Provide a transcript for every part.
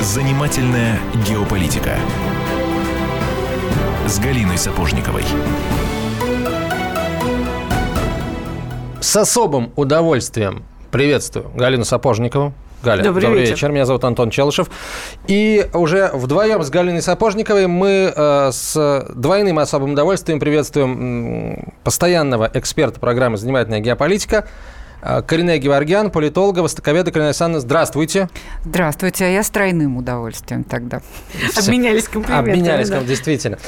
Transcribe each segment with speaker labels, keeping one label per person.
Speaker 1: Занимательная геополитика с Галиной Сапожниковой.
Speaker 2: С особым удовольствием приветствую Галину Сапожникову. Галя, добрый вечер. Меня зовут Антон Челышев. И уже вдвоем с Галиной Сапожниковой мы с двойным особым удовольствием приветствуем постоянного эксперта программы «Занимательная геополитика» Каринэ Геворгян, политолога, востоковеда. Каринэ Александровна, здравствуйте.
Speaker 3: Здравствуйте, а я с тройным удовольствием тогда.
Speaker 4: Обменялись комплиментами.
Speaker 2: Обменялись, да. Действительно.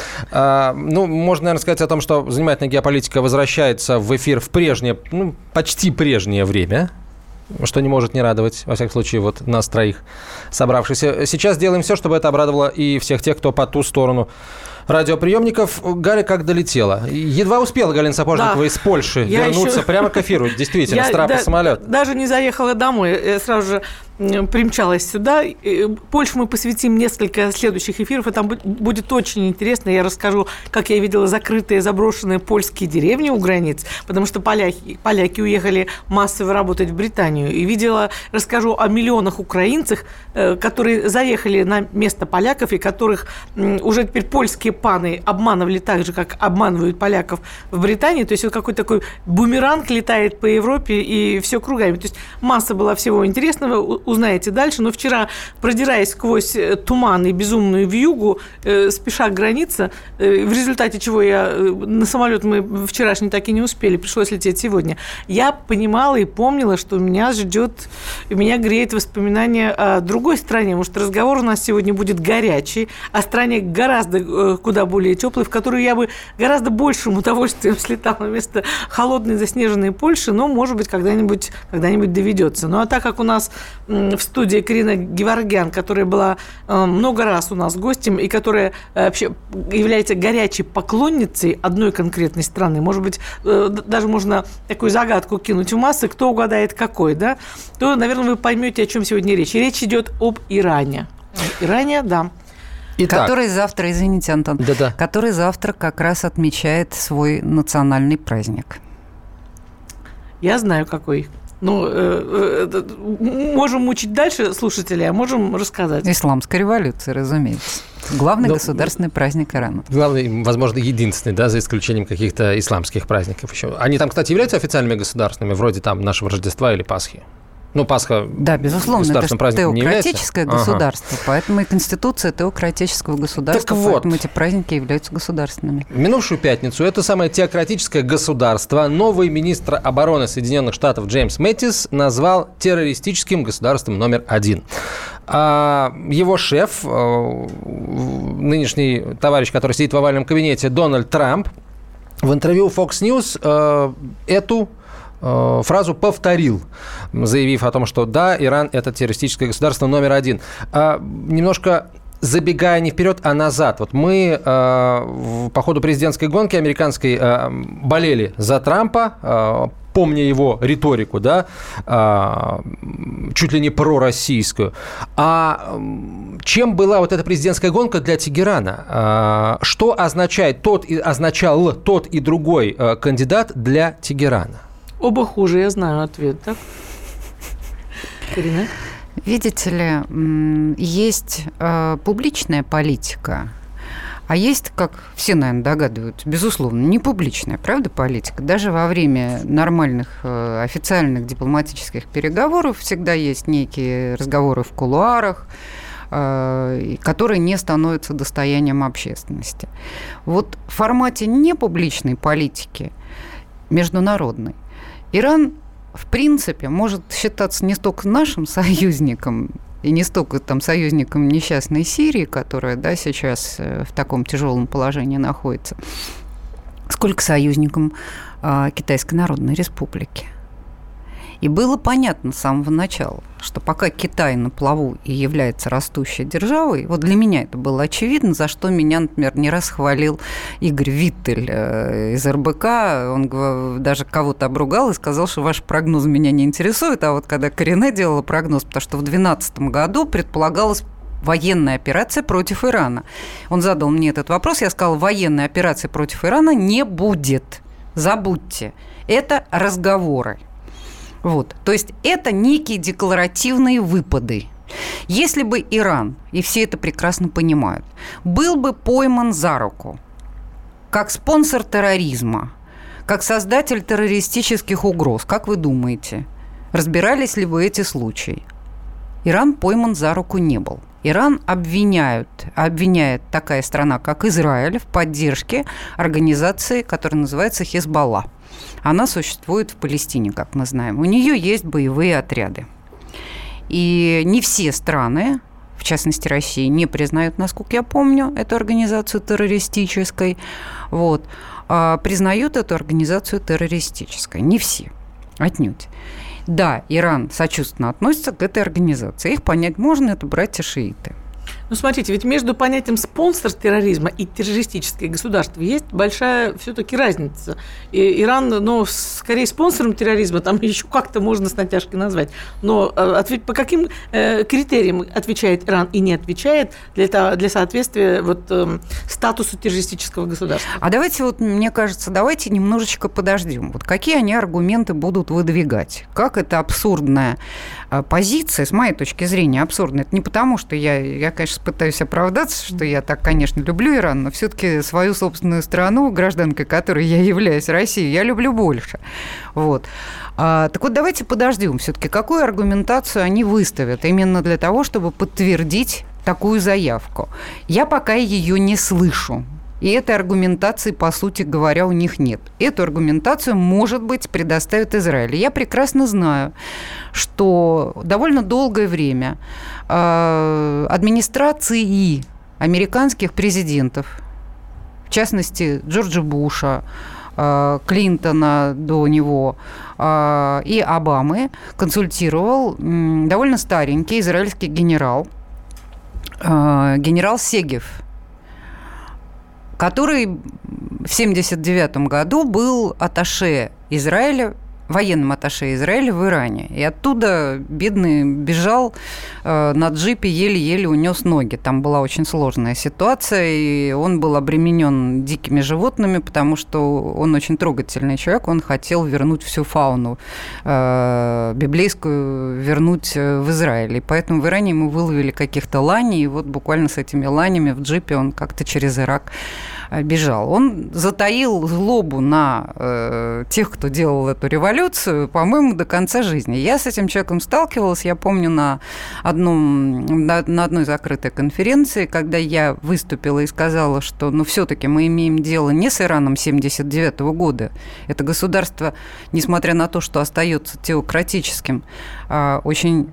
Speaker 2: Можно, наверное, сказать о том, что «Занимательная геополитика» возвращается в эфир в прежнее, почти прежнее время, что не может не радовать, во всяком случае, вот нас троих собравшихся. Сейчас делаем все, чтобы это обрадовало и всех тех, кто по ту сторону радиоприемников. Галя как долетела. Едва успела Галина Сапожникова из Польши вернуться прямо к эфиру. Действительно, с трапа самолет.
Speaker 4: Даже не заехала домой. Я сразу же примчалась сюда. Польшу мы посвятим несколько следующих эфиров, и там будет очень интересно. Я расскажу, как я видела закрытые, заброшенные польские деревни у границ, потому что поляки уехали массово работать в Британию. И расскажу о миллионах украинцев, которые заехали на место поляков, и которых уже теперь польские паны обманывали так же, как обманывают поляков в Британии. То есть вот какой-то такой бумеранг летает по Европе, и все кругами. То есть масса была всего интересного, узнаете дальше. Но вчера, продираясь сквозь туман и безумную вьюгу, спеша к границе, в результате чего на самолет мы вчерашний так и не успели, пришлось лететь сегодня, я понимала и помнила, что меня греет воспоминание о другой стране. Может, разговор у нас сегодня будет горячий, о стране гораздо куда более теплой, в которую я бы гораздо большим удовольствием слетала вместо холодной заснеженной Польши, но, может быть, когда-нибудь доведется. Ну, а так как у нас в студии Каринэ Геворгян, которая была много раз у нас гостем и которая вообще является горячей поклонницей одной конкретной страны, может быть, даже можно такую загадку кинуть в массы, кто угадает какой, да, то, наверное, вы поймете, о чем сегодня речь. И речь идет об Иране. Иране, да.
Speaker 2: Итак.
Speaker 3: Который завтра, извините, Антон, который завтра как раз отмечает свой национальный праздник.
Speaker 4: Я знаю, какой. Можем мучить дальше слушателей, а можем рассказать.
Speaker 3: Исламская революция, разумеется. Главный государственный праздник Ирана.
Speaker 2: Главный, возможно, единственный, да, за исключением каких-то исламских праздников еще. Они там, кстати, являются официальными государственными, вроде там нашего Рождества или Пасхи. Пасха,
Speaker 3: да, безусловно, это же теократическое государство,
Speaker 2: Ага.
Speaker 3: Поэтому и Конституция теократического государства, поэтому эти праздники являются государственными.
Speaker 2: В минувшую пятницу это самое теократическое государство новый министр обороны Соединенных Штатов Джеймс Мэттис назвал террористическим государством номер 1. А его шеф, нынешний товарищ, который сидит в овальном кабинете, Дональд Трамп, в интервью Fox News эту фразу повторил, заявив о том, что да, Иран – это террористическое государство номер 1. Немножко забегая не вперед, а назад. Вот мы по ходу президентской гонки американской болели за Трампа, помня его риторику, да, чуть ли не пророссийскую. А чем была вот эта президентская гонка для Тегерана? Что означал тот и другой кандидат для Тегерана?
Speaker 4: Оба хуже, я знаю ответ, так? Каринэ?
Speaker 3: Видите ли, есть публичная политика, а есть, как все, наверное, догадываются, безусловно, не публичная, правда, политика. Даже во время нормальных официальных дипломатических переговоров всегда есть некие разговоры в кулуарах, которые не становятся достоянием общественности. Вот в формате непубличной политики, международной, Иран, в принципе, может считаться не столько нашим союзником и не столько союзником несчастной Сирии, которая сейчас в таком тяжелом положении находится, сколько союзником Китайской Народной Республики. И было понятно с самого начала, что пока Китай на плаву и является растущей державой, вот для меня это было очевидно, за что меня, например, не раз хвалил Игорь Виттель из РБК. Он даже кого-то обругал и сказал, что ваш прогноз меня не интересует. А вот когда Каринэ делала прогноз, потому что в 2012 году предполагалось военная операция против Ирана. Он задал мне этот вопрос, я сказала, военной операции против Ирана не будет. Забудьте. Это разговоры. Вот. То есть это некие декларативные выпады. Если бы Иран, и все это прекрасно понимают, был бы пойман за руку как спонсор терроризма, как создатель террористических угроз, как вы думаете, разбирались ли бы эти случаи? Иран пойман за руку не был. Иран обвиняет такая страна, как Израиль, в поддержке организации, которая называется Хезболла. Она существует в Палестине, как мы знаем. У нее есть боевые отряды. И не все страны, в частности Россия, не признают, насколько я помню, эту организацию террористической. Вот. Признают эту организацию террористической. Не все. Отнюдь. Да, Иран сочувственно относится к этой организации. Их понять можно, это братья-шииты.
Speaker 4: Ну, смотрите, ведь между понятием спонсор терроризма и террористическое государство есть большая все-таки разница. И Иран, скорее спонсором терроризма, там еще как-то можно с натяжкой назвать. Но по каким критериям отвечает Иран и не отвечает для соответствия статусу террористического государства? А
Speaker 3: давайте, мне кажется, давайте немножечко подождем. Какие они аргументы будут выдвигать? Как эта абсурдная позиция, с моей точки зрения, абсурдная. Это не потому, что я, конечно, пытаюсь оправдаться, что я так, конечно, люблю Иран, но все-таки свою собственную страну, гражданкой которой я являюсь, Россию, я люблю больше. Вот. Так вот, давайте подождем все-таки, какую аргументацию они выставят именно для того, чтобы подтвердить такую заявку. Я пока ее не слышу. И этой аргументации, по сути говоря, у них нет. Эту аргументацию, может быть, предоставит Израиль. Я прекрасно знаю, что довольно долгое время администрации американских президентов, в частности, Джорджа Буша, Клинтона до него и Обамы, консультировал довольно старенький израильский генерал Сегев, который в 1979 году был атташе Израиля, военным атташе Израиля в Иране. И оттуда бедный бежал на джипе, еле-еле унес ноги. Там была очень сложная ситуация, и он был обременен дикими животными, потому что он очень трогательный человек, он хотел вернуть всю фауну библейскую, вернуть в Израиль. И поэтому в Иране ему выловили каких-то ланей, и буквально с этими ланями в джипе он как-то через Ирак бежал. Он затаил злобу на тех, кто делал эту революцию, по-моему, до конца жизни. Я с этим человеком сталкивалась, я помню, на одной закрытой конференции, когда я выступила и сказала, что все-таки мы имеем дело не с Ираном 1979 года. Это государство, несмотря на то, что остается теократическим, очень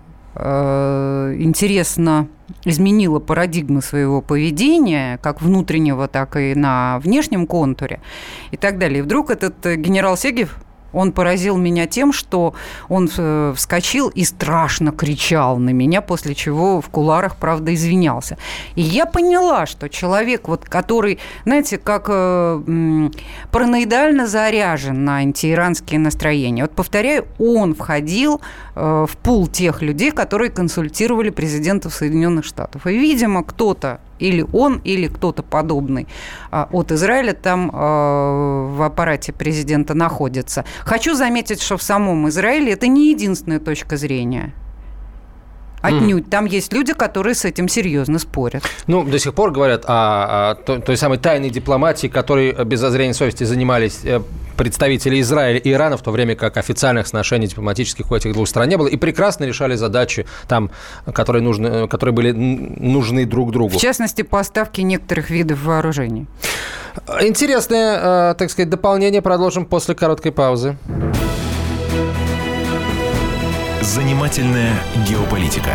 Speaker 3: интересно изменила парадигму своего поведения, как внутреннего, так и на внешнем контуре и так далее. И вдруг этот генерал Сегев, он поразил меня тем, что он вскочил и страшно кричал на меня, после чего в кулуарах, правда, извинялся. И я поняла, что человек, который, знаете, как параноидально заряжен на антииранские настроения. Повторяю, он входил в пул тех людей, которые консультировали президентов Соединенных Штатов. И, видимо, кто-то, или он, или кто-то подобный от Израиля там в аппарате президента находится. Хочу заметить, что в самом Израиле это не единственная точка зрения. Отнюдь. Там есть люди, которые с этим серьезно спорят.
Speaker 2: До сих пор говорят о той самой тайной дипломатии, которой без зазрения совести занимались представители Израиля и Ирана, в то время как официальных сношений дипломатических у этих двух стран не было, и прекрасно решали задачи, которые были нужны друг другу.
Speaker 3: В частности, поставки некоторых видов вооружений.
Speaker 2: Интересное, так сказать, дополнение продолжим после короткой паузы.
Speaker 1: Занимательная геополитика.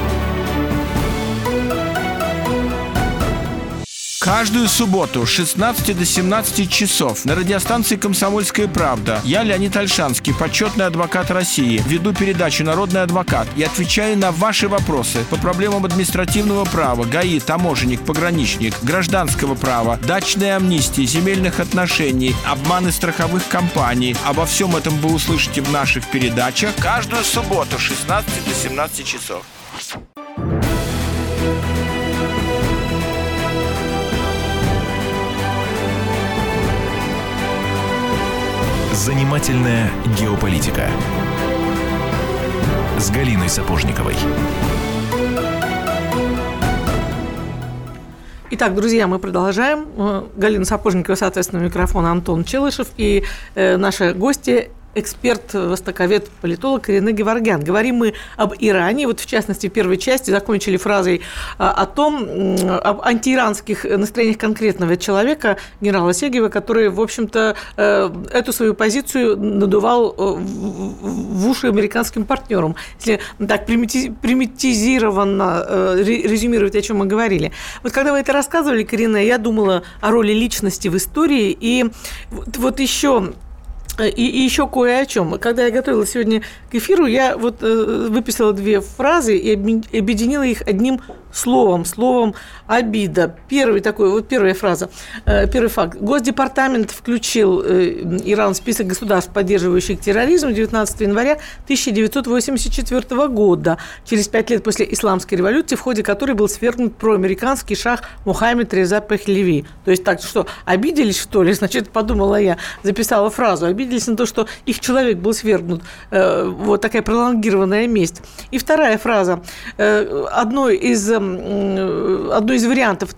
Speaker 5: Каждую субботу с 16 до 17 часов на радиостанции «Комсомольская правда» я, Леонид Ольшанский, почетный адвокат России, веду передачу «Народный адвокат» и отвечаю на ваши вопросы по проблемам административного права, ГАИ, таможенник, пограничник, гражданского права, дачной амнистии, земельных отношений, обманы страховых компаний. Обо всем этом вы услышите в наших передачах каждую субботу с 16 до 17 часов.
Speaker 1: Занимательная геополитика с Галиной Сапожниковой.
Speaker 4: Итак, друзья, мы продолжаем. Галина Сапожникова, соответственно, микрофон, Антон Челышев и наши гости, эксперт, востоковед, политолог Ирина Геворгян. Говорим мы об Иране. Вот, в частности, в первой части закончили фразой об антииранских настроениях конкретного человека, генерала Сегева, который, в общем-то, эту свою позицию надувал в уши американским партнерам. Если так примитизированно резюмировать, о чем мы говорили. Вот когда вы это рассказывали, Карина, я думала о роли личности в истории. И вот еще... И еще кое о чем. Когда я готовилась сегодня к эфиру, я вот выписала 2 фразы и объединила их одним словом обида. Первая фраза, первый факт. Госдепартамент включил Иран в список государств, поддерживающих терроризм 19 января 1984 года, через 5 лет после Исламской революции, в ходе которой был свергнут проамериканский шах Мухаммед Реза Пехлеви. То есть так, что, обиделись, что ли? Значит, подумала я, записала фразу, обиделись на то, что их человек был свергнут. Вот такая пролонгированная месть. И вторая фраза. Одной из вариантов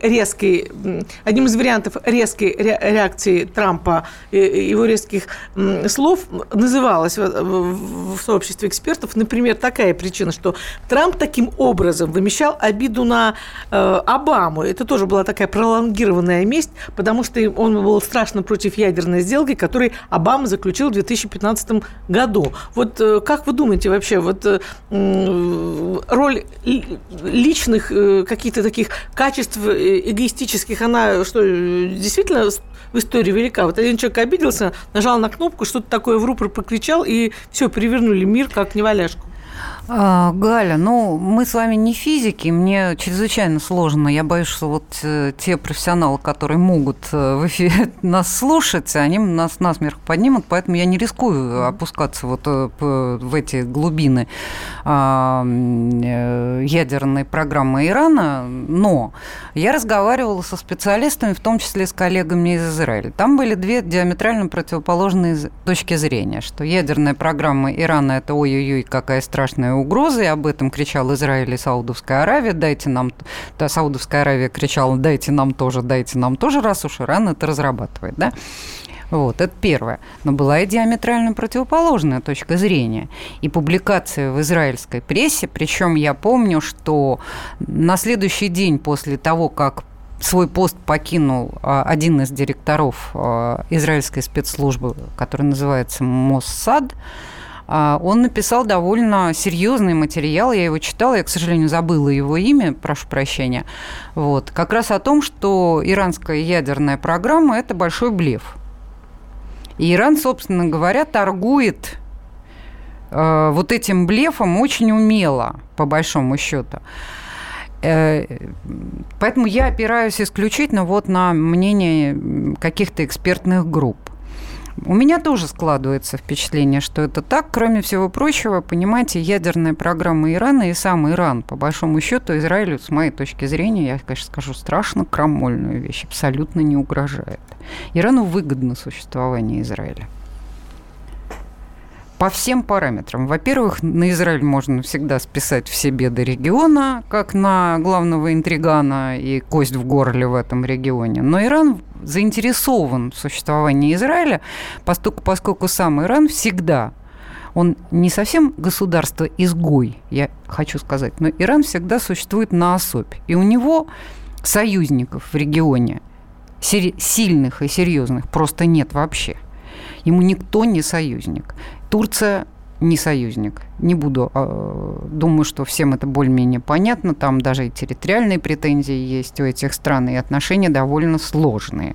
Speaker 4: одним из вариантов резкой реакции Трампа, его резких слов, называлась в сообществе экспертов, например, такая причина, что Трамп таким образом вымещал обиду на Обаму. Это тоже была такая пролонгированная месть, потому что он был страшно против ядерной сделки, которую Обама заключил в 2015 году. Вот как вы думаете вообще, вот роль личных каких-то таких качеств эгоистических, она что, действительно в истории велика? Вот один человек обиделся, нажал на кнопку, что-то такое в рупор покричал, и все, перевернули мир как неваляшку.
Speaker 3: Галя, мы с вами не физики, мне чрезвычайно сложно. Я боюсь, что вот те профессионалы, которые могут в эфире нас слушать, они нас насмех поднимут, поэтому я не рискую опускаться вот в эти глубины ядерной программы Ирана, но я разговаривала со специалистами, в том числе с коллегами из Израиля. Там были 2 диаметрально противоположные точки зрения, что ядерная программа Ирана – это ой-ой-ой, какая страшная угрозы, и об этом кричал Израиль и Саудовская Аравия, Саудовская Аравия кричала, дайте нам тоже, раз уж Иран это разрабатывает, да? Вот, это первое. Но была и диаметрально противоположная точка зрения. И публикация в израильской прессе, причем я помню, что на следующий день после того, как свой пост покинул один из директоров израильской спецслужбы, который называется Моссад, он написал довольно серьезный материал, я его читала, я, к сожалению, забыла его имя, прошу прощения, вот, как раз о том, что иранская ядерная программа – это большой блеф. И Иран, собственно говоря, торгует вот этим блефом очень умело, по большому счету. Поэтому я опираюсь исключительно вот на мнение каких-то экспертных групп. У меня тоже складывается впечатление, что это так. Кроме всего прочего, понимаете, ядерная программа Ирана и сам Иран, по большому счету, Израилю, с моей точки зрения, я, конечно, скажу страшно крамольную вещь, абсолютно не угрожает. Ирану выгодно существование Израиля. По всем параметрам. Во-первых, на Израиль можно всегда списать все беды региона, как на главного интригана и кость в горле в этом регионе. Но Иран заинтересован в существовании Израиля, поскольку сам Иран всегда, он не совсем государство-изгой, я хочу сказать, но Иран всегда существует на особь. И у него союзников в регионе, сильных и серьезных, просто нет вообще. Ему никто не союзник. Турция не союзник. Не буду, думаю, что всем это более-менее понятно. Там даже и территориальные претензии есть у этих стран, и отношения довольно сложные.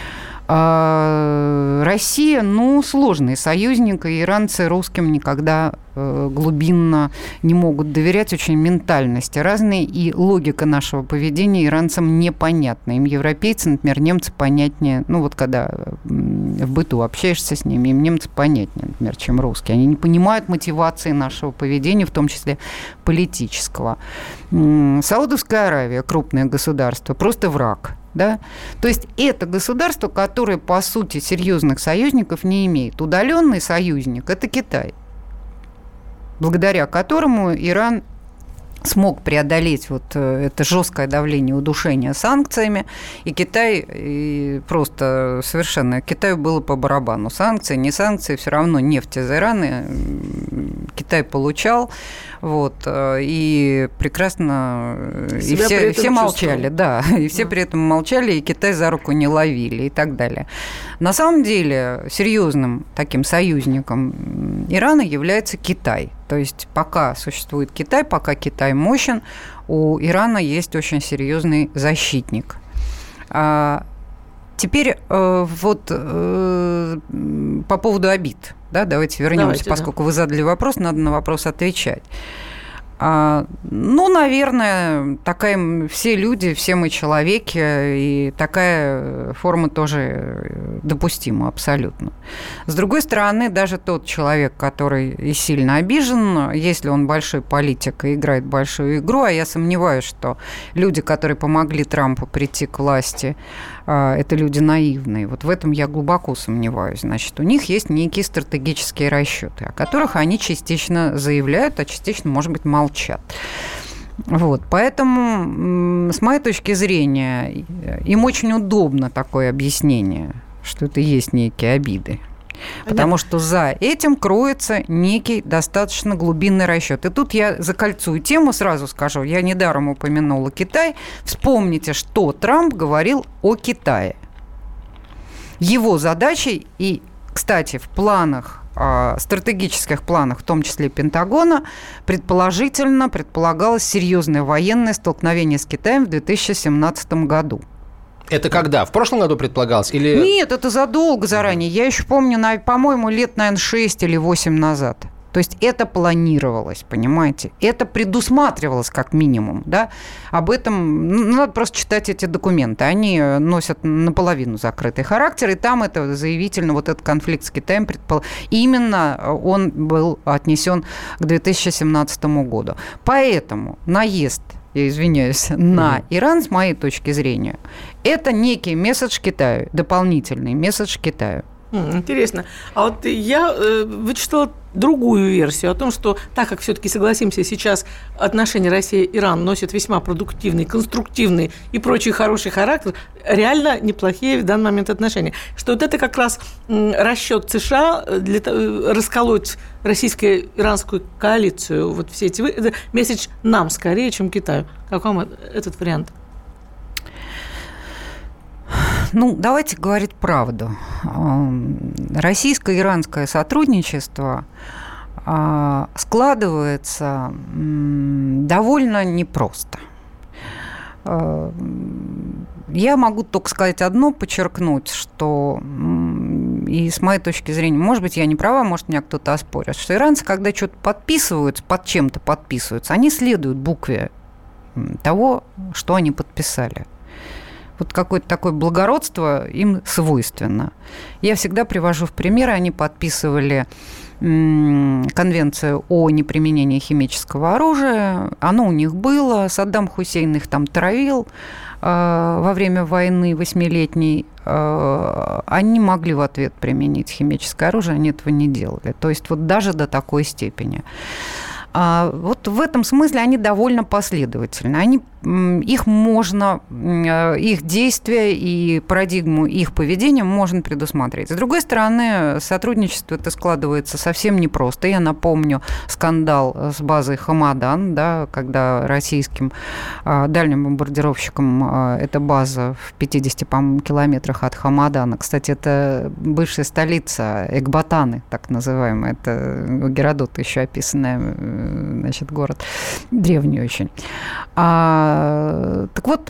Speaker 3: Россия, сложный союзник, и иранцы русским никогда глубинно не могут доверять, очень ментальности разные, и логика нашего поведения иранцам непонятна. Им европейцы, например, немцы понятнее, когда в быту общаешься с ними, им немцы понятнее, например, чем русские. Они не понимают мотивации нашего поведения, в том числе политического. Саудовская Аравия, крупное государство, просто враг. Да? То есть это государство, которое, по сути, серьезных союзников не имеет. Удаленный союзник – это Китай, благодаря которому Иран смог преодолеть вот это жесткое давление, удушение санкциями, и Китай просто совершенно... Китаю было по барабану. Санкции, не санкции, все равно нефть из Ирана Китай получал, вот, и прекрасно... И все молчали, да, и все при этом молчали, и Китай за руку не ловили и так далее. На самом деле серьезным таким союзником Ирана является Китай. То есть пока существует Китай, пока Китай мощен, у Ирана есть очень серьезный защитник. Теперь вот по поводу обид. Да, давайте вернемся, поскольку вы задали вопрос, надо на вопрос отвечать. Ну, наверное, все люди, все мы человеки, и такая форма тоже допустима абсолютно. С другой стороны, даже тот человек, который и сильно обижен, если он большой политик и играет большую игру, а я сомневаюсь, что люди, которые помогли Трампу прийти к власти, это люди наивные. Вот в этом я глубоко сомневаюсь. Значит, у них есть некие стратегические расчеты, о которых они частично заявляют, а частично, может быть, молчат. Вот, поэтому, с моей точки зрения, им очень удобно такое объяснение, что это есть некие обиды. Потому что за этим кроется некий достаточно глубинный расчет. И тут я закольцую тему, сразу скажу. Я недаром упомянула Китай. Вспомните, что Трамп говорил о Китае. Его задачей, и, кстати, в планах, стратегических планах, в том числе Пентагона, предполагалось серьезное военное столкновение с Китаем в 2017 году.
Speaker 2: Это когда? В прошлом году предполагалось? Или...
Speaker 3: Нет, это задолго заранее. Я еще помню, по-моему, лет, наверное, 6 или 8 назад. То есть это планировалось, понимаете? Это предусматривалось как минимум, да? Об этом надо просто читать эти документы. Они носят наполовину закрытый характер, и там это заявительно, вот этот конфликт с Китаем, именно он был отнесен к 2017 году. Поэтому наезд, я извиняюсь, на Иран, с моей точки зрения, это некий месседж Китаю, дополнительный месседж Китаю.
Speaker 4: Интересно. А вот я вычитала другую версию о том, что так как все-таки, согласимся, сейчас отношения России и Иран носят весьма продуктивный, конструктивный и прочий хороший характер, реально неплохие в данный момент отношения. Что вот это как раз расчет США для расколоть российско-иранскую коалицию. Вот все эти... Это месседж нам скорее, чем Китаю. Как вам этот вариант?
Speaker 3: Ну, давайте говорить правду. Российско-иранское сотрудничество складывается довольно непросто. Я могу только сказать одно, подчеркнуть, что, и с моей точки зрения, может быть, я не права, может, меня кто-то оспорит, что иранцы, когда что-то подписываются, под чем-то подписываются, они следуют букве того, что они подписали. Вот какое-то такое благородство им свойственно. Я всегда привожу в пример, они подписывали конвенцию о неприменении химического оружия. Оно у них было. Саддам Хусейн их там травил во время войны 8-летней. Они могли в ответ применить химическое оружие, они этого не делали. То есть вот даже до такой степени. Вот в этом смысле они довольно последовательны. Их действия и парадигму их поведения можно предусмотреть. С другой стороны, сотрудничество это складывается совсем непросто. Я напомню скандал с базой Хамадан, да, когда российским дальним бомбардировщикам эта база в 50, по-моему, километрах от Хамадана. Кстати, это бывшая столица Экбатаны, так называемая. Это у Геродота еще описанная, значит, город древний очень. Так вот,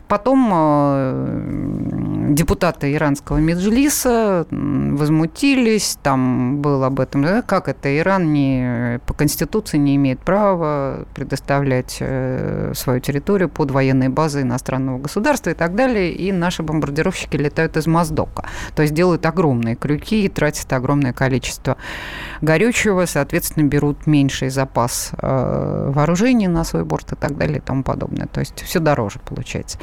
Speaker 3: потом депутаты иранского меджлиса возмутились, там было об этом, как это Иран по Конституции не имеет права предоставлять свою территорию под военные базы иностранного государства и так далее, и наши бомбардировщики летают из Моздока, то есть делают огромные крюки и тратят огромное количество горючего, соответственно, берут меньший запас вооружений на свой борт и так далее и тому подобное, то есть все дороже получается.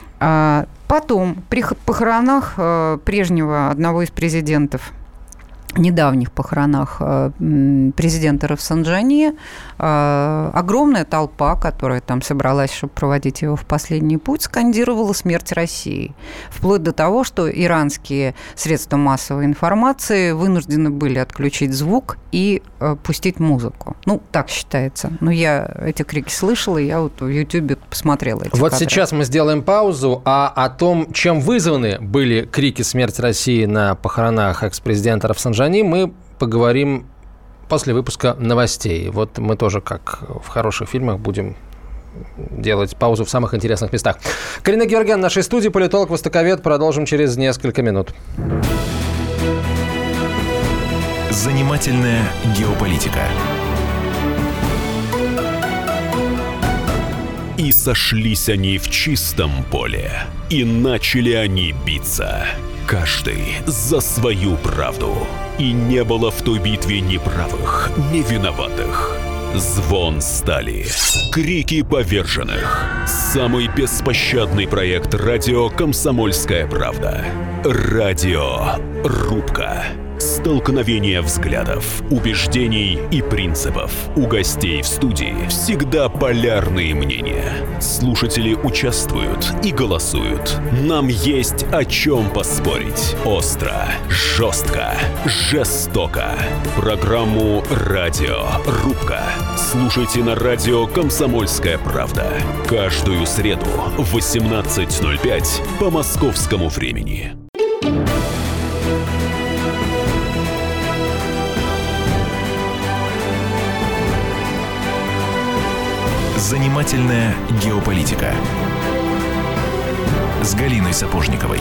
Speaker 3: Потом при похоронах прежнего одного из президентов недавних похоронах президента Рафсанджани огромная толпа, которая там собралась, чтобы проводить его в последний путь, скандировала «Смерть России». Вплоть до того, что иранские средства массовой информации вынуждены были отключить звук и пустить музыку. Ну, так считается. Но я эти крики слышала, и я вот в Ютьюбе посмотрела эти
Speaker 2: Вот
Speaker 3: кадры.
Speaker 2: сейчас мы сделаем паузу, а о том, чем вызваны были крики «Смерть России» на похоронах экс-президента Рафсанджани, мы поговорим после выпуска новостей. Вот мы тоже, как в хороших фильмах, будем делать паузу в самых интересных местах. Карина Геворгян в нашей студии, политолог, востоковед. Продолжим через несколько минут.
Speaker 1: Занимательная геополитика.
Speaker 6: И сошлись они в чистом поле, и начали они биться. Каждый за свою правду. И не было в той битве ни правых, ни виноватых. Звон стали, крики поверженных. Самый беспощадный проект радио «Комсомольская правда». Радиорубка. Столкновение взглядов, убеждений и принципов. У гостей в студии всегда полярные мнения. Слушатели участвуют и голосуют. Нам есть о чем поспорить. Остро, жестко, жестоко. Программу «Радиорубка» слушайте на радио «Комсомольская правда». Каждую среду в 18:05 по московскому времени.
Speaker 1: Занимательная геополитика с Галиной Сапожниковой.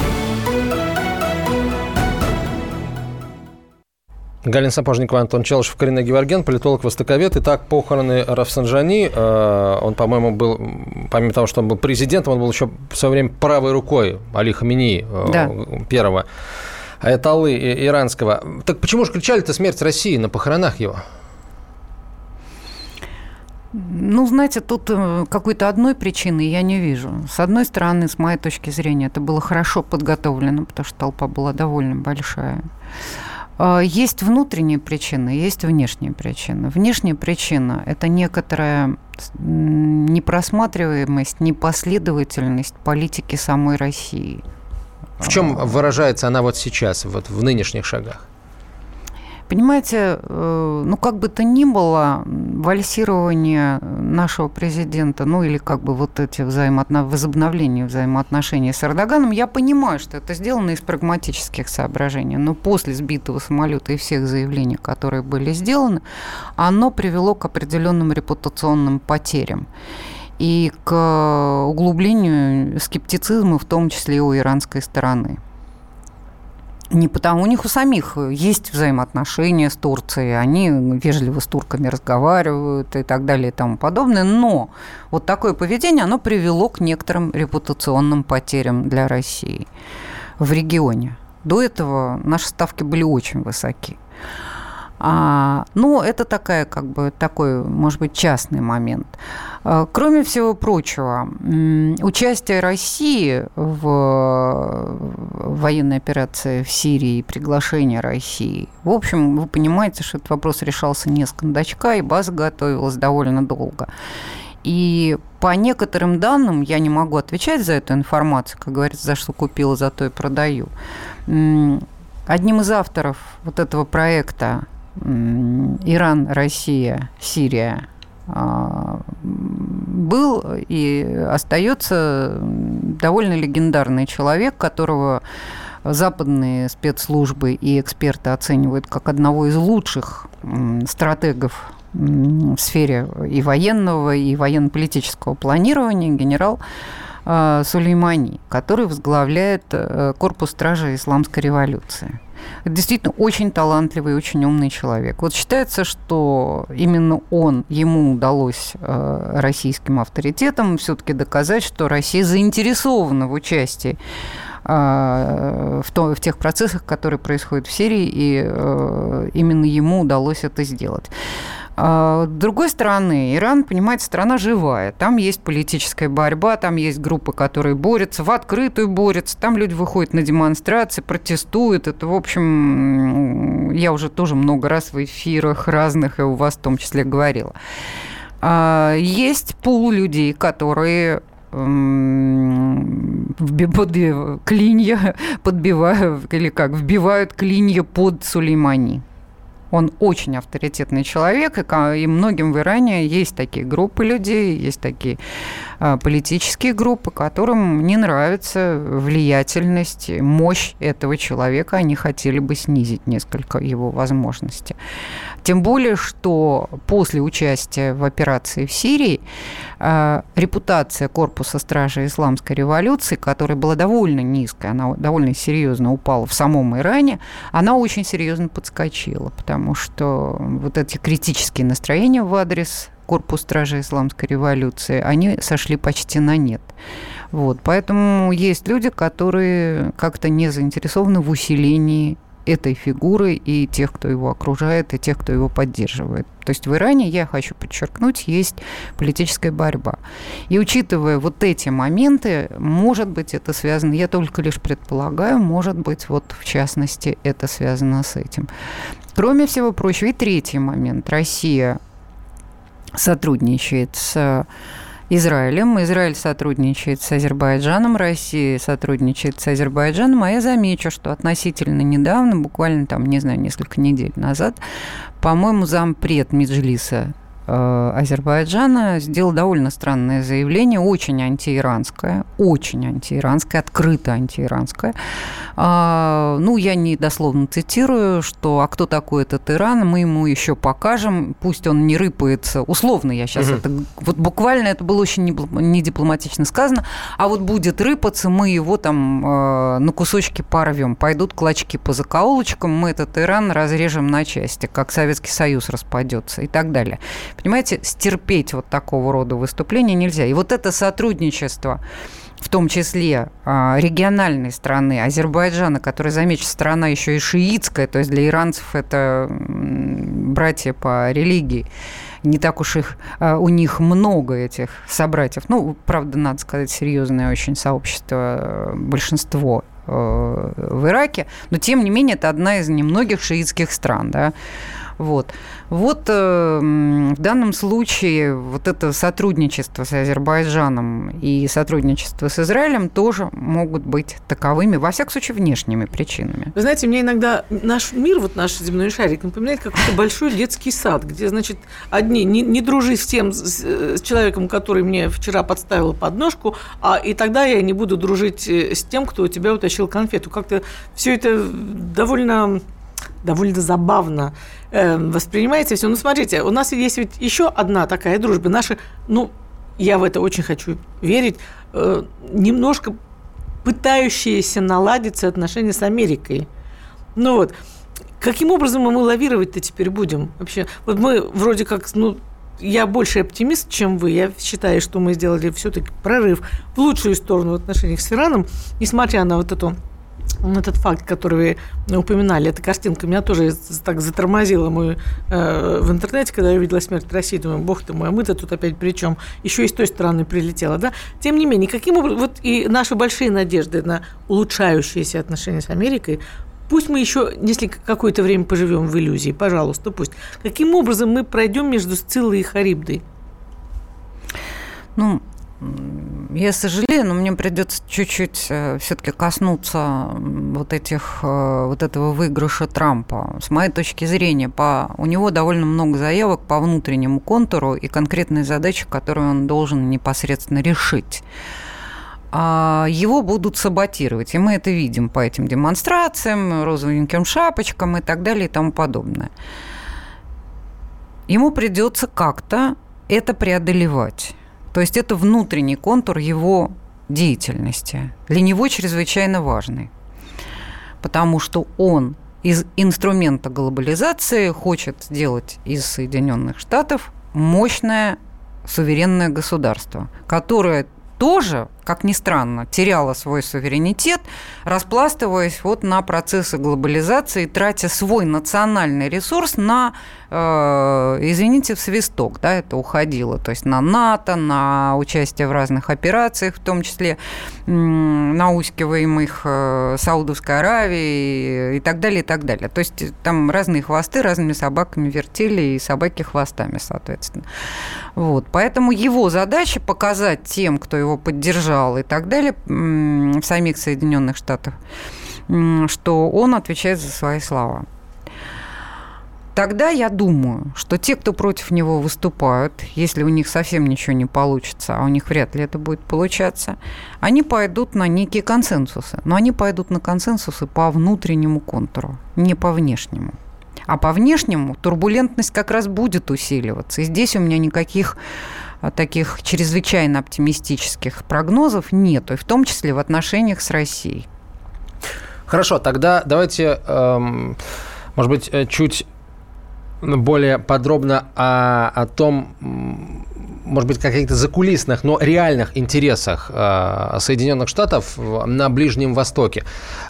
Speaker 2: Галина Сапожникова, Антон Челышев, Карина Геворгян, политолог, востоковед. Итак, похороны Рафсанджани. Он, по-моему, был, помимо того, что он был президентом, он был еще в свое время правой рукой Али Хаминеи, первого аятоллы иранского. Так почему же кричали-то «Смерть России» на похоронах его?
Speaker 3: Ну, знаете, тут какой-то одной причины я не вижу. С одной стороны, с моей точки зрения, это было хорошо подготовлено, потому что толпа была довольно большая. Есть внутренние причины, есть внешние причины. Внешняя причина – это некоторая непросматриваемость, непоследовательность политики самой России.
Speaker 2: В чем выражается она вот сейчас, вот в нынешних шагах?
Speaker 3: Понимаете, ну, как бы то ни было, вальсирование нашего президента, ну, или как бы вот эти возобновление взаимоотношений с Эрдоганом, я понимаю, что это сделано из прагматических соображений, но после сбитого самолета и всех заявлений, которые были сделаны, оно привело к определенным репутационным потерям и к углублению скептицизма, в том числе и у иранской стороны. Не потому, у них у самих есть взаимоотношения с Турцией, они вежливо с турками разговаривают и так далее и тому подобное, но вот такое поведение, оно привело к некоторым репутационным потерям для России в регионе. До этого наши ставки были очень высоки. Ну, это такой, может быть, частный момент. Кроме всего прочего, участие России в военной операции в Сирии, приглашение России, в общем, вы понимаете, что этот вопрос решался не с кондачка, и база готовилась довольно долго. И по некоторым данным, я не могу отвечать за эту информацию, как говорится, за что купила, за то и продаю. Одним из авторов вот этого проекта Иран, Россия, Сирия был и остается довольно легендарный человек, которого западные спецслужбы и эксперты оценивают как одного из лучших стратегов в сфере и военного, и военно-политического планирования, генерал Сулеймани, который возглавляет корпус стражей исламской революции. Это действительно очень талантливый и очень умный человек. Вот считается, что именно ему удалось российским авторитетам все-таки доказать, что Россия заинтересована в участии в тех процессах, которые происходят в Сирии, и именно ему удалось это сделать. С другой стороны, Иран, понимаете, страна живая. Там есть политическая борьба, там есть группы, которые борются, в открытую борются. Там люди выходят на демонстрации, протестуют. Это, в общем, я уже тоже много раз в эфирах разных, и у вас в том числе говорила. Есть пул людей, которые вбивают клинья под Сулеймани. Он очень авторитетный человек, и многим в Иране есть такие группы людей, есть такие политические группы, которым не нравится влиятельность, мощь этого человека, они хотели бы снизить несколько его возможностей. Тем более, что после участия в операции в Сирии репутация корпуса стражей исламской революции, которая была довольно низкая, она довольно серьезно упала в самом Иране, она очень серьезно подскочила, потому что вот эти критические настроения в адрес корпуса стражей исламской революции, они сошли почти на нет. Вот, поэтому есть люди, которые как-то не заинтересованы в усилении этой фигуры и тех, кто его окружает, и тех, кто его поддерживает. То есть в Иране, я хочу подчеркнуть, есть политическая борьба. И учитывая вот эти моменты, может быть, это связано, я только лишь предполагаю, может быть, вот в частности, это связано с этим. Кроме всего прочего, и третий момент. Россия сотрудничает с Израилем. Израиль сотрудничает с Азербайджаном, Россия сотрудничает с Азербайджаном, а я замечу, что относительно недавно, буквально там, не знаю, несколько недель назад, по-моему, зампред Меджлиса Азербайджана сделал довольно странное заявление, очень антииранское, открыто антииранское. Ну, я не дословно цитирую, что «а кто такой этот Иран, мы ему еще покажем, пусть он не рыпается». Условно я сейчас это... Вот буквально это было очень не дипломатично сказано, а вот будет рыпаться, мы его там на кусочки порвем. Пойдут клочки по закоулочкам, мы этот Иран разрежем на части, как Советский Союз распадется и так далее. Понимаете, стерпеть вот такого рода выступления нельзя. И вот это сотрудничество, в том числе региональной страны Азербайджана, которая, замечу, страна еще и шиитская, то есть для иранцев это братья по религии, не так уж у них много этих собратьев. Ну, правда, надо сказать, серьезное очень сообщество, большинство в Ираке, но, тем не менее, это одна из немногих шиитских стран, да. Вот в данном случае вот это сотрудничество с Азербайджаном и сотрудничество с Израилем тоже могут быть таковыми, во всяком случае, внешними причинами.
Speaker 4: Вы знаете, мне иногда наш мир, вот наш земной шарик, напоминает какой-то большой детский сад, где, значит, одни не дружи с тем, с человеком, который мне вчера подставил подножку, и тогда я не буду дружить с тем, кто у тебя утащил конфету. Как-то все это довольно забавно воспринимается все. Ну, смотрите, у нас есть ведь еще одна такая дружба. Наши, я в это очень хочу верить, немножко пытающиеся наладиться отношения с Америкой. Ну вот, каким образом мы лавировать-то теперь будем? Вообще, вот мы вроде как, я больше оптимист, чем вы. Я считаю, что мы сделали все-таки прорыв в лучшую сторону в отношениях с Ираном, несмотря на вот этот факт, который вы упоминали, эта картинка меня тоже так затормозила в интернете, когда я увидела смерть России, думаю, бог ты мой, а мы-то тут опять при чем? Еще и с той стороны прилетело, да? Тем не менее, каким образом, вот и наши большие надежды на улучшающиеся отношения с Америкой, пусть мы еще, если какое-то время поживем в иллюзии, пожалуйста, пусть. Каким образом мы пройдем между Сциллой и Харибдой?
Speaker 3: Я сожалею, но мне придется чуть-чуть все-таки коснуться вот этого выигрыша Трампа. С моей точки зрения, у него довольно много заявок по внутреннему контуру и конкретные задачи, которые он должен непосредственно решить. Его будут саботировать, и мы это видим по этим демонстрациям, розовеньким шапочкам и так далее и тому подобное. Ему придется как-то это преодолевать. То есть это внутренний контур его деятельности. Для него чрезвычайно важный. Потому что он из инструмента глобализации хочет сделать из Соединенных Штатов мощное суверенное государство, которое тоже, как ни странно, теряла свой суверенитет, распластываясь вот на процессы глобализации, тратя свой национальный ресурс на, извините, в свисток, да, это уходило, то есть на НАТО, на участие в разных операциях, в том числе наускиваемых Саудовской Аравии и так далее, и так далее. То есть там разные хвосты разными собаками вертели, и собаки хвостами, соответственно. Вот. Поэтому его задача показать тем, кто его поддержал и так далее, в самих Соединенных Штатах, что он отвечает за свои слова. Тогда я думаю, что те, кто против него выступают, если у них совсем ничего не получится, а у них вряд ли это будет получаться, они пойдут на некие консенсусы. Но они пойдут на консенсусы по внутреннему контуру, не по внешнему. А по внешнему турбулентность как раз будет усиливаться. И здесь у меня никаких таких чрезвычайно оптимистических прогнозов нету, и в том числе в отношениях с Россией.
Speaker 2: Хорошо, тогда давайте, может быть, чуть более подробно о том, может быть, каких-то закулисных, но реальных интересах Соединенных Штатов на Ближнем Востоке.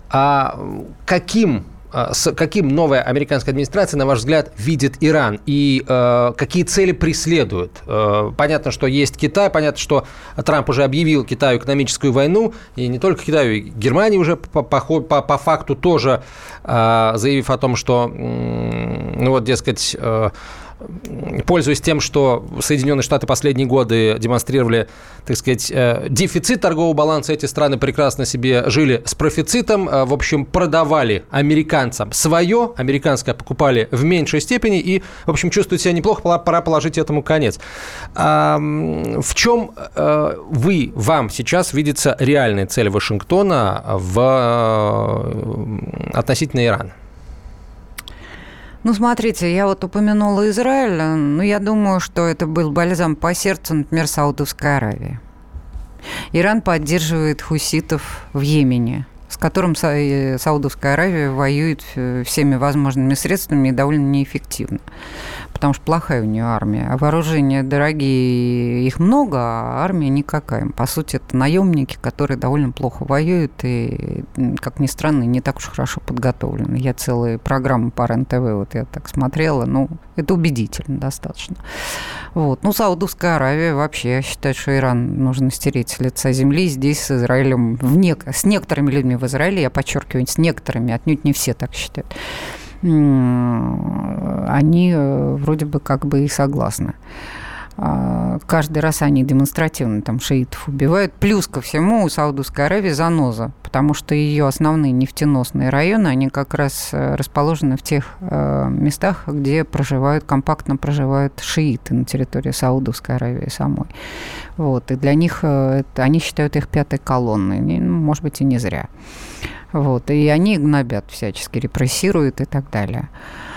Speaker 2: Каким новая американская администрация, на ваш взгляд, видит Иран и какие цели преследует? Понятно, что есть Китай, понятно, что Трамп уже объявил Китаю экономическую войну, и не только Китаю, и Германии уже по факту тоже, заявив о том, что, ну вот, дескать, пользуясь тем, что Соединенные Штаты последние годы демонстрировали, так сказать, дефицит торгового баланса, эти страны прекрасно себе жили с профицитом, в общем, продавали американцам свое, американское покупали в меньшей степени и, в общем, чувствуют себя неплохо, пора положить этому конец. В чем вам сейчас видится реальная цель Вашингтона относительно Ирана?
Speaker 3: Ну, смотрите, я вот упомянула Израиль, но я думаю, что это был бальзам по сердцу, например, Саудовской Аравии. Иран поддерживает хуситов в Йемене, с которым Саудовская Аравия воюет всеми возможными средствами и довольно неэффективно, потому что плохая у нее армия. А вооружения дорогие, их много, а армия никакая. По сути, это наемники, которые довольно плохо воюют и, как ни странно, не так уж хорошо подготовлены. Я целые программы по РЕН-ТВ, вот я так смотрела, ну, это убедительно достаточно. Вот. Ну, Саудовская Аравия вообще считает, что Иран нужно стереть с лица земли. Здесь с Израилем, с некоторыми людьми в Израиле, я подчеркиваю, с некоторыми, отнюдь не все так считают, они вроде бы как бы и согласны. Каждый раз они демонстративно там шиитов убивают. Плюс ко всему у Саудовской Аравии заноза, потому что ее основные нефтеносные районы, они как раз расположены в тех местах, где компактно проживают шииты на территории Саудовской Аравии самой. Вот. И для них они считают их пятой колонной. Может быть, и не зря. Вот. И они гнобят всячески, репрессируют и так далее.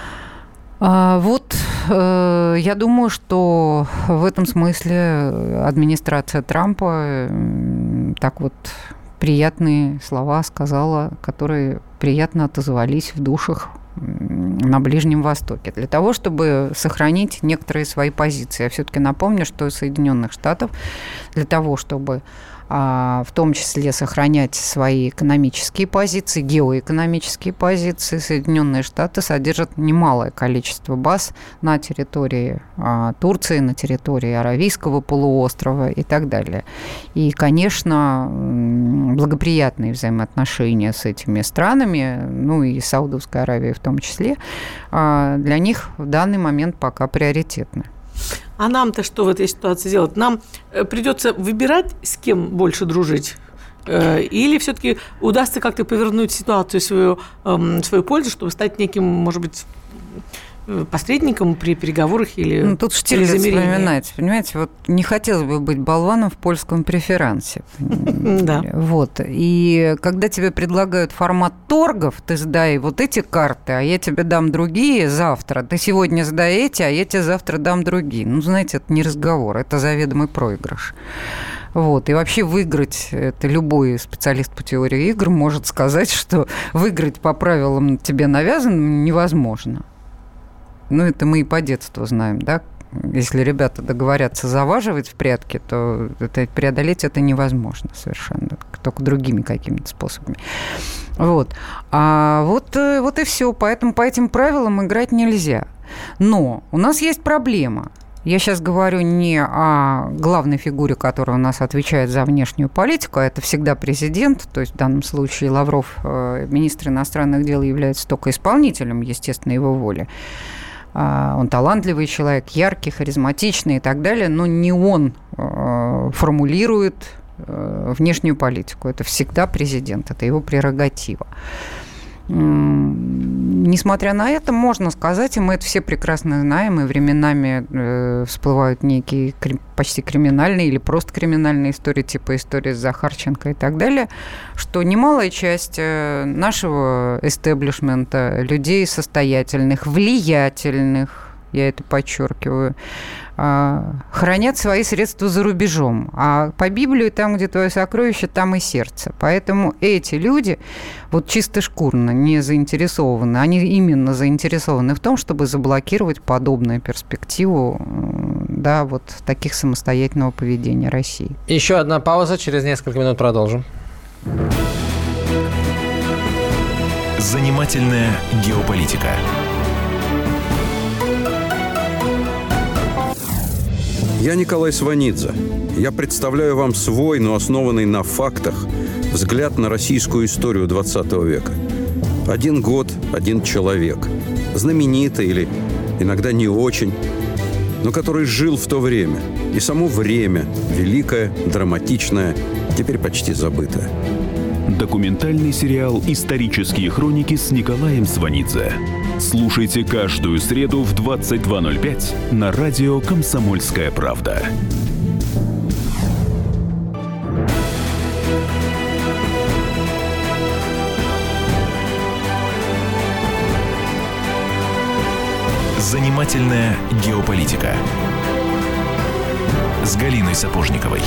Speaker 3: Вот я думаю, что в этом смысле администрация Трампа так вот приятные слова сказала, которые приятно отозвались в душах на Ближнем Востоке, для того, чтобы сохранить некоторые свои позиции. Я все-таки напомню, что у Соединенных Штатов для того, чтобы в том числе сохранять свои экономические позиции, геоэкономические позиции, Соединенные Штаты содержат немалое количество баз на территории Турции, на территории Аравийского полуострова и так далее. И, конечно, благоприятные взаимоотношения с этими странами, ну и Саудовской Аравией в том числе, для них в данный момент пока приоритетны.
Speaker 4: А нам-то что в этой ситуации делать? Нам придется выбирать, с кем больше дружить? Или все-таки удастся как-то повернуть ситуацию в свою пользу, чтобы стать неким, может быть, посредником при переговорах или
Speaker 3: тут Штирлиц вспоминать, понимаете, вот не хотелось бы быть болваном в польском преферансе.
Speaker 4: Да.
Speaker 3: Вот. И когда тебе предлагают формат торгов, ты сдай вот эти карты, а я тебе дам другие завтра. Ты сегодня сдай эти, а я тебе завтра дам другие. Ну, знаете, это не разговор, это заведомый проигрыш. Вот. И вообще выиграть, это любой специалист по теории игр может сказать, что выиграть по правилам тебе навязанным невозможно. Ну, это мы и по детству знаем, да, если ребята договорятся заваживать в прятки, то преодолеть это невозможно совершенно, только другими какими-то способами. Вот. А вот и все. Поэтому по этим правилам играть нельзя. Но у нас есть проблема. Я сейчас говорю не о главной фигуре, которая у нас отвечает за внешнюю политику, а это всегда президент, то есть в данном случае Лавров, министр иностранных дел, является только исполнителем, естественно, его воли. Он талантливый человек, яркий, харизматичный и так далее, но не он формулирует внешнюю политику. Это всегда президент, это его прерогатива. Несмотря на это, можно сказать, и мы это все прекрасно знаем, и временами всплывают некие почти криминальные или просто криминальные истории, типа истории с Захарченко и так далее, что немалая часть нашего эстеблишмента, людей состоятельных, влиятельных, я это подчеркиваю, хранят свои средства за рубежом. А по Библии, там, где твое сокровище, там и сердце. Поэтому эти люди вот чисто шкурно не заинтересованы. Они именно заинтересованы в том, чтобы заблокировать подобную перспективу, да, вот таких самостоятельного поведения России.
Speaker 2: Еще одна пауза, через несколько минут продолжим.
Speaker 1: Занимательная геополитика.
Speaker 7: Я Николай Сванидзе. Я представляю вам свой, но основанный на фактах, взгляд на российскую историю XX века. 1 год, 1 человек. Знаменитый или иногда не очень, но который жил в то время. И само время, великое, драматичное, теперь почти забытое.
Speaker 6: Документальный сериал «Исторические хроники» с Николаем Сванидзе. Слушайте каждую среду в 22:05 на радио «Комсомольская правда».
Speaker 1: Занимательная геополитика с Галиной Сапожниковой.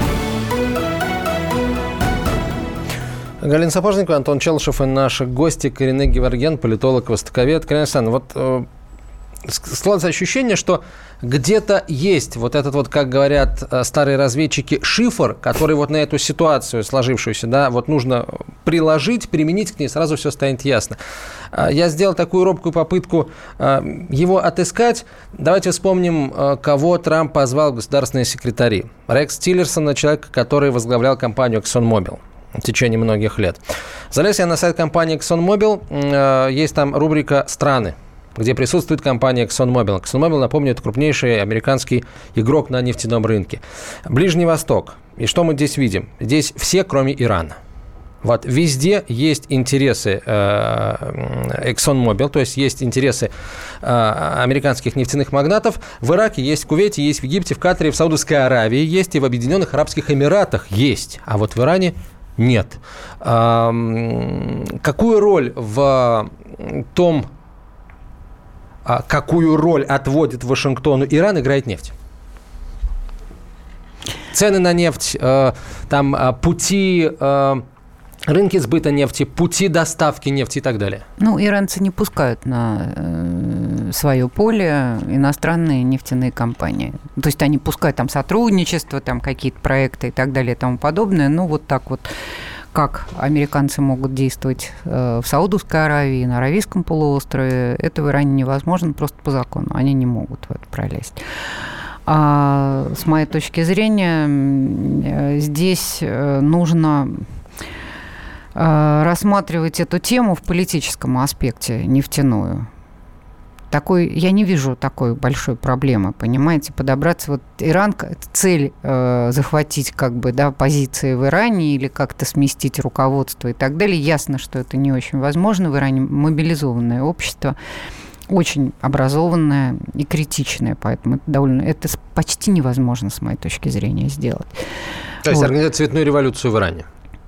Speaker 2: Галина Сапожникова, Антон Челышев и наши гости, Карине Геворгян, политолог, востоковед. Карина Александровна, вот складывается ощущение, что где-то есть вот этот вот, как говорят старые разведчики, шифр, который вот на эту ситуацию сложившуюся, да, вот нужно приложить, применить к ней, сразу все станет ясно. Я сделал такую робкую попытку его отыскать. Давайте вспомним, кого Трамп позвал в государственные секретари. Рекс Тиллерсона, человек, который возглавлял компанию ExxonMobil в течение многих лет. Залез я на сайт компании ExxonMobil, есть там рубрика «Страны», где присутствует компания ExxonMobil. ExxonMobil, напомню, это крупнейший американский игрок на нефтяном рынке. Ближний Восток. И что мы здесь видим? Здесь все, кроме Ирана. Вот везде есть интересы ExxonMobil, то есть есть интересы американских нефтяных магнатов. В Ираке есть, в Кувейте есть, в Египте, в Катаре, в Саудовской Аравии есть, и в Объединенных Арабских Эмиратах есть. А вот в Иране нет. Какую роль в том, какую роль отводит Вашингтону Иран, играет нефть? Цены на нефть, там пути, рынки сбыта нефти, пути доставки нефти и так далее.
Speaker 3: Ну, иранцы не пускают на свое поле иностранные нефтяные компании. То есть они пускают там сотрудничество, там какие-то проекты и так далее и тому подобное. Ну, вот так вот, как американцы могут действовать в Саудовской Аравии, на Аравийском полуострове, это в Иране невозможно просто по закону. Они не могут в это пролезть. А с моей точки зрения, здесь нужно рассматривать эту тему в политическом аспекте, нефтяную. Я не вижу такой большой проблемы, понимаете, подобраться. Вот Иран, цель захватить как бы, да, позиции в Иране или как-то сместить руководство и так далее. Ясно, что это не очень возможно. В Иране мобилизованное общество, очень образованное и критичное, поэтому это почти невозможно, с моей точки зрения, сделать.
Speaker 2: То есть организовать цветную революцию в Иране?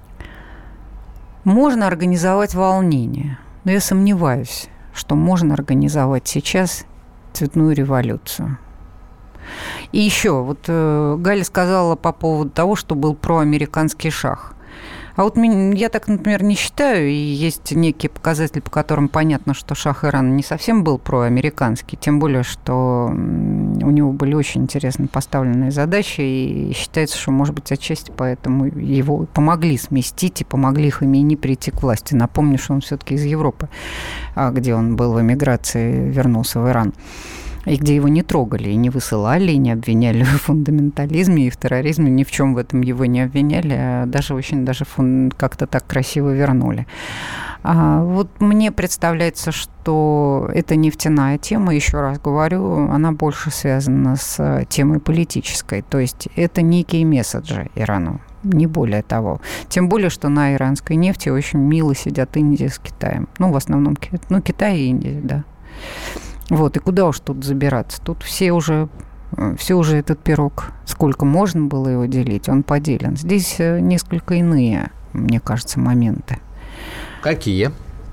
Speaker 3: Можно организовать волнение, но я сомневаюсь, что можно организовать сейчас цветную революцию. И еще, вот Галя сказала по поводу того, что был проамериканский шах. А вот я так, например, не считаю, и есть некие показатели, по которым понятно, что шах Ирана не совсем был проамериканский, тем более, что у него были очень интересно поставленные задачи, и считается, что, может быть, отчасти поэтому его помогли сместить и помогли Хамейни прийти к власти. Напомню, что он все-таки из Европы, где он был в эмиграции, вернулся в Иран. И где его не трогали, и не высылали, и не обвиняли в фундаментализме и в терроризме, ни в чем в этом его не обвиняли, а даже очень как-то так красиво вернули. Вот мне представляется, что это нефтяная тема, еще раз говорю, она больше связана с темой политической, то есть это некие месседжи Ирану. Не более того. Тем более, что на иранской нефти очень мило сидят Индия с Китаем. В основном Китай и Индия, да. Вот, и куда уж тут забираться? Тут все уже этот пирог, сколько можно было его делить, он поделен. Здесь несколько иные, мне кажется, моменты.
Speaker 2: Какие?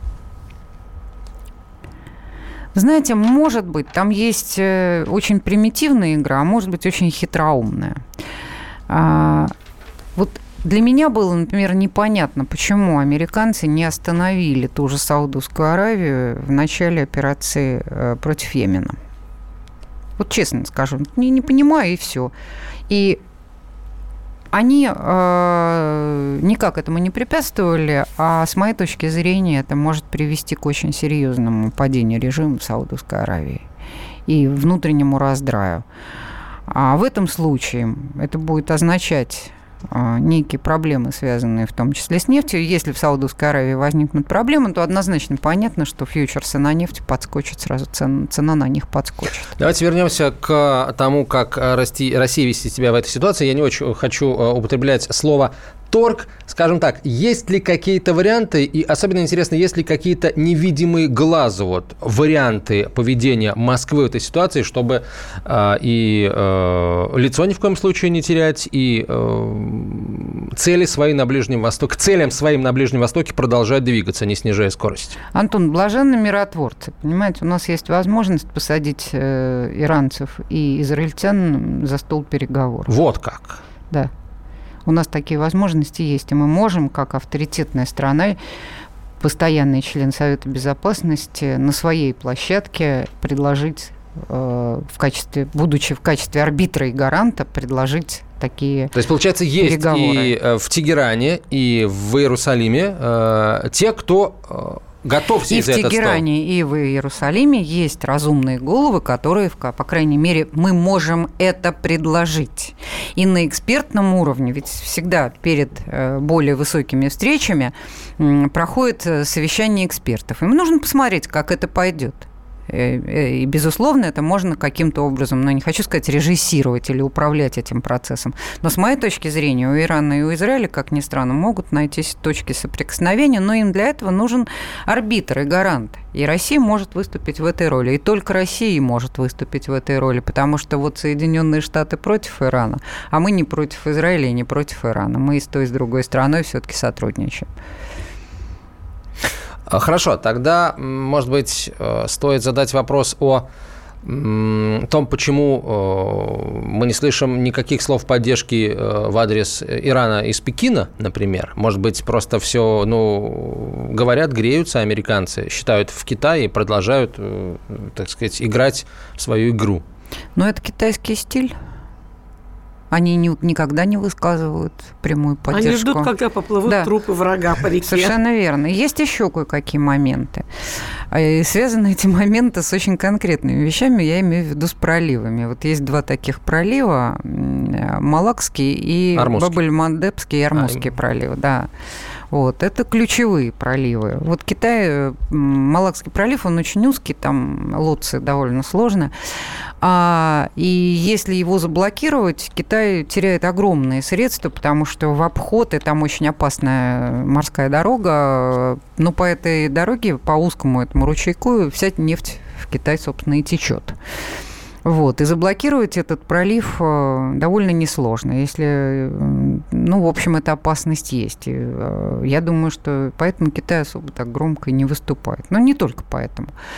Speaker 3: Знаете, может быть, там есть очень примитивная игра, а может быть, очень хитроумная. Вот для меня было, например, непонятно, почему американцы не остановили ту же Саудовскую Аравию в начале операции против Йемена. Вот честно скажу, не понимаю, и все. И они никак этому не препятствовали, а с моей точки зрения это может привести к очень серьезному падению режима в Саудовской Аравии и внутреннему раздраю. А в этом случае это будет означать некие проблемы, связанные в том числе с нефтью. Если в Саудовской Аравии возникнут проблемы, то однозначно понятно, что фьючерсы на нефть подскочат, сразу цена на них подскочит.
Speaker 2: Давайте вернемся к тому, как Россия вести себя в этой ситуации. Я не очень хочу употреблять слово торг. Скажем так, есть ли какие-то варианты, и особенно интересно, есть ли какие-то невидимые глазу варианты поведения Москвы в этой ситуации, чтобы лицо ни в коем случае не терять, и цели свои на Ближнем Востоке, к целям своим на Ближнем Востоке продолжать двигаться, не снижая скорость?
Speaker 3: Антон, блаженны миротворцы. Понимаете, у нас есть возможность посадить иранцев и израильтян за стол переговоров.
Speaker 2: Вот как?
Speaker 3: Да. У нас такие возможности есть, и мы можем, как авторитетная страна, постоянный член Совета Безопасности, на своей площадке предложить, будучи в качестве арбитра и гаранта, предложить такие переговоры.
Speaker 2: То есть, получается, есть и в Тегеране, и в Иерусалиме те, кто готов сесть за этот стол.
Speaker 3: И в Тегеране, и в Иерусалиме есть разумные головы, которые, по крайней мере, мы можем это предложить. И на экспертном уровне, ведь всегда перед более высокими встречами проходит совещание экспертов. Им нужно посмотреть, как это пойдет. И, безусловно, это можно каким-то образом, не хочу сказать режиссировать или управлять этим процессом, но с моей точки зрения у Ирана и у Израиля, как ни странно, могут найтись точки соприкосновения, но им для этого нужен арбитр и гарант. И Россия может выступить в этой роли. И только Россия может выступить в этой роли, потому что вот Соединенные Штаты против Ирана, а мы не против Израиля и не против Ирана. Мы и с той, и с другой стороной все-таки сотрудничаем.
Speaker 2: Хорошо, тогда, может быть, стоит задать вопрос о том, почему мы не слышим никаких слов поддержки в адрес Ирана из Пекина, например. Может быть, просто все, говорят, греются американцы, считают в Китае и продолжают, так сказать, играть в свою игру.
Speaker 3: Но это китайский стиль. Они никогда не высказывают прямую поддержку.
Speaker 4: Они ждут, когда поплывут трупы врага по реке.
Speaker 3: Совершенно верно. Есть еще кое-какие моменты. И связаны эти моменты с очень конкретными вещами, я имею в виду с проливами. Вот есть два таких пролива, Малакский и Баб-эль-Мандебский и Ормузский проливы. Да. Вот, это ключевые проливы. Вот Китай, Малакский пролив, он очень узкий, там лодцы довольно сложно. И если его заблокировать, Китай теряет огромные средства, потому что в обход, и там очень опасная морская дорога, но по этой дороге, по узкому этому ручейку, вся нефть в Китай, собственно, и течет. Вот. И заблокировать этот пролив довольно несложно, если, в общем, эта опасность есть. И я думаю, что поэтому Китай особо так громко и не выступает. Но не только поэтому.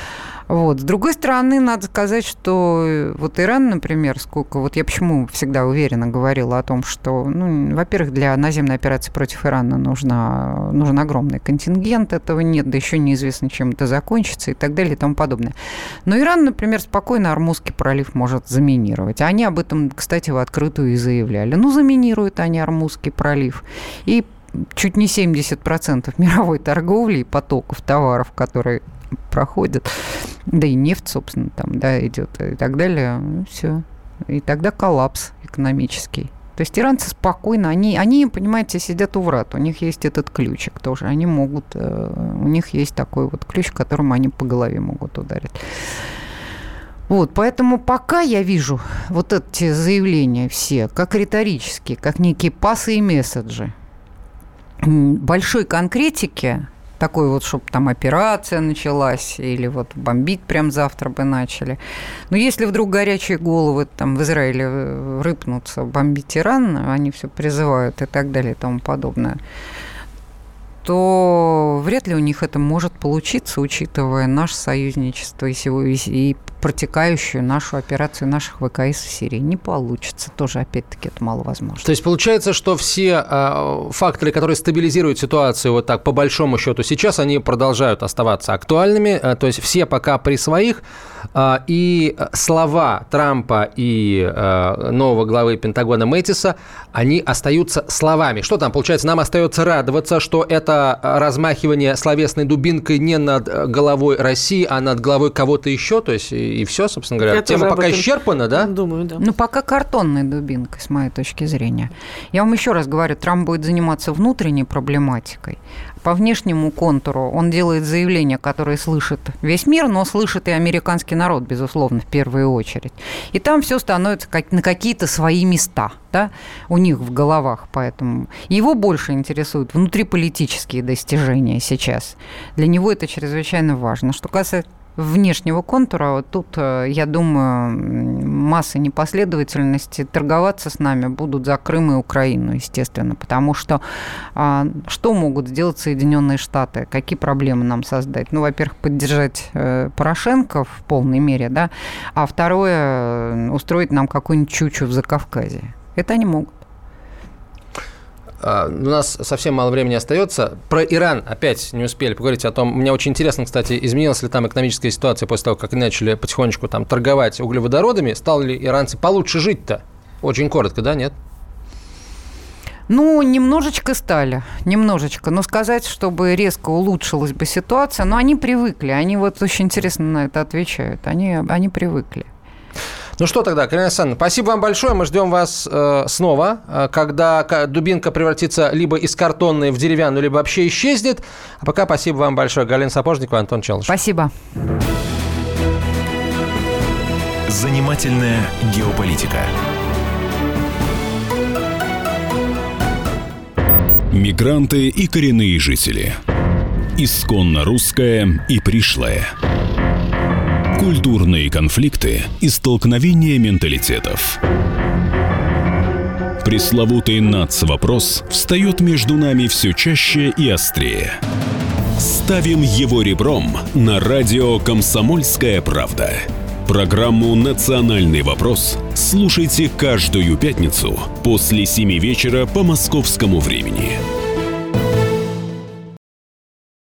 Speaker 3: Вот. С другой стороны, надо сказать, что вот Иран, например, сколько... Вот я почему всегда уверенно говорила о том, что, ну, во-первых, для наземной операции против Ирана нужен огромный контингент, этого нет, да еще неизвестно, чем это закончится и так далее и тому подобное. Но Иран, например, спокойно Ормузский пролив может заминировать. Они об этом, кстати, в открытую и заявляли. Ну, заминируют они Ормузский пролив. И чуть не 70% мировой торговли и потоков товаров, которые проходят, да и нефть, собственно, там, да, идет и так далее, ну, все. И тогда коллапс экономический. То есть иранцы спокойно, они, понимаете, сидят у врат, у них есть этот ключик тоже, они могут, у них есть такой вот ключ, которым они по голове могут ударить. Вот, поэтому пока я вижу вот эти заявления все, как риторические, как некие пасы и месседжи, большой конкретики, такой вот, чтобы там операция началась, или вот бомбить прям завтра бы начали. Но если вдруг горячие головы там в Израиле рыпнутся бомбить Иран, они все призывают и так далее и тому подобное, то вряд ли у них это может получиться, учитывая наше союзничество и протекающую нашу операцию наших ВКС в Сирии. Не получится. Тоже, опять-таки, это маловозможно.
Speaker 2: То есть получается, что все факторы, которые стабилизируют ситуацию вот так, по большому счету, сейчас они продолжают оставаться актуальными. То есть все пока при своих. И слова Трампа и нового главы Пентагона Мэттиса, они остаются словами. Что там? Получается, нам остается радоваться, что это размахивание словесной дубинкой не над головой России, а над головой кого-то еще. То есть и все, собственно говоря. Тема пока исчерпана, да?
Speaker 4: Думаю, да.
Speaker 3: Ну, пока картонной дубинкой, с моей точки зрения. Я вам еще раз говорю, Трамп будет заниматься внутренней проблематикой. По внешнему контуру он делает заявления, которые слышит весь мир, но слышит и американский народ, безусловно, в первую очередь. И там все становится на какие-то свои места, да, у них в головах. Поэтому его больше интересуют внутриполитические достижения сейчас. Для него это чрезвычайно важно. Что касается внешнего контура, вот тут, я думаю, масса непоследовательности. Торговаться с нами будут за Крым и Украину, естественно, потому что что могут сделать Соединенные Штаты? Какие проблемы нам создать? Ну, во-первых, поддержать Порошенко в полной мере, да, а второе, устроить нам какую-нибудь чучу в Закавказье. Это они могут.
Speaker 2: У нас совсем мало времени остается. Про Иран опять не успели поговорить о том. Мне очень интересно, кстати, изменилась ли там экономическая ситуация после того, как начали потихонечку там торговать углеводородами. Стали ли иранцы получше жить-то? Очень коротко, да, нет?
Speaker 3: Ну, немножечко стали, немножечко. Но сказать, чтобы резко улучшилась бы ситуация, но они привыкли. Они вот очень интересно на это отвечают. Они привыкли.
Speaker 2: Ну что тогда, Карина Александровна, спасибо вам большое. Мы ждем вас снова, когда дубинка превратится либо из картонной в деревянную, либо вообще исчезнет. А пока спасибо вам большое. Галина Сапожникова, Антон Челышев.
Speaker 3: Спасибо.
Speaker 1: Занимательная геополитика.
Speaker 6: Мигранты и коренные жители. Исконно русское и пришлое. Культурные конфликты и столкновения менталитетов. Пресловутый НАЦ-вопрос встает между нами все чаще и острее. Ставим его ребром на радио «Комсомольская правда». Программу «Национальный вопрос» слушайте каждую пятницу после 7 вечера по московскому времени.